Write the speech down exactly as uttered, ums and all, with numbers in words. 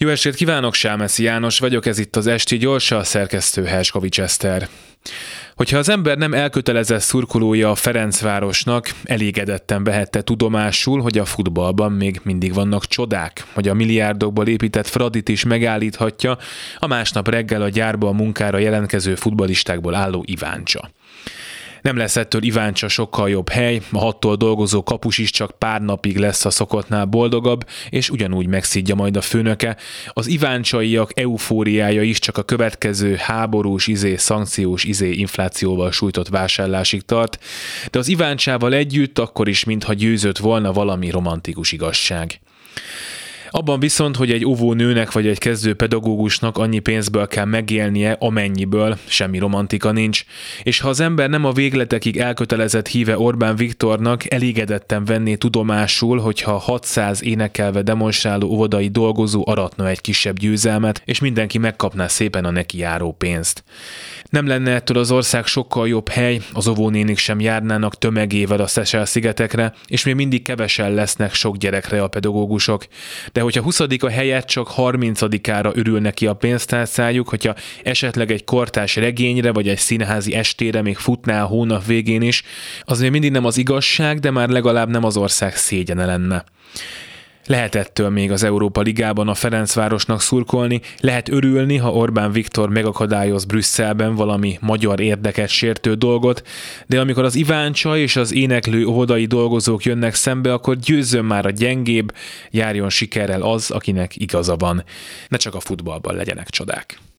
Jó estét kívánok, Sámeszi János vagyok, ez itt az Esti Gyors, a szerkesztő Herskovics Eszter. Hogyha az ember nem elkötelezett szurkolója a Ferencvárosnak, elégedetten vehette tudomásul, hogy a futballban még mindig vannak csodák, hogy a milliárdokból épített Fradit is megállíthatja a másnap reggel a gyárba a munkára jelentkező futballistákból álló Iváncsa. Nem lesz ettől Iváncsa sokkal jobb hely, a hattól dolgozó kapus is csak pár napig lesz a szokottnál boldogabb, és ugyanúgy megszidja majd a főnöke. Az iváncsaiak eufóriája is csak a következő háborús izé, szankciós izé, inflációval sújtott vásárlásig tart, de az Iváncsával együtt akkor is mintha győzött volna valami romantikus igazság. Abban viszont, hogy egy óvónőnek vagy egy kezdő pedagógusnak annyi pénzből kell megélnie, amennyiből, semmi romantika nincs, és ha az ember nem a végletekig elkötelezett híve Orbán Viktornak, elégedetten venné tudomásul, hogyha hatszáz énekelve demonstráló óvodai dolgozó aratna egy kisebb győzelmet, és mindenki megkapná szépen a neki járó pénzt. Nem lenne ettől az ország sokkal jobb hely, az óvónénik sem járnának tömegével a Seychelle-szigetekre, és még mindig kevesen lesznek sok gyerekre a pedagógusok. De hogyha huszadika helyett csak harmincadikára örül neki a pénztárcájuk, hogyha esetleg egy kortárs regényre vagy egy színházi estére még futná a hónap végén is, az még mindig nem az igazság, de már legalább nem az ország szégyene lenne. Lehet ettől még az Európa Ligában a Ferencvárosnak szurkolni, lehet örülni, ha Orbán Viktor megakadályoz Brüsszelben valami magyar érdeket sértő dolgot, de amikor az Iváncsa és az éneklő óvodai dolgozók jönnek szembe, akkor győzzön már a gyengébb, járjon sikerrel az, akinek igaza van. Ne csak a futballban legyenek csodák.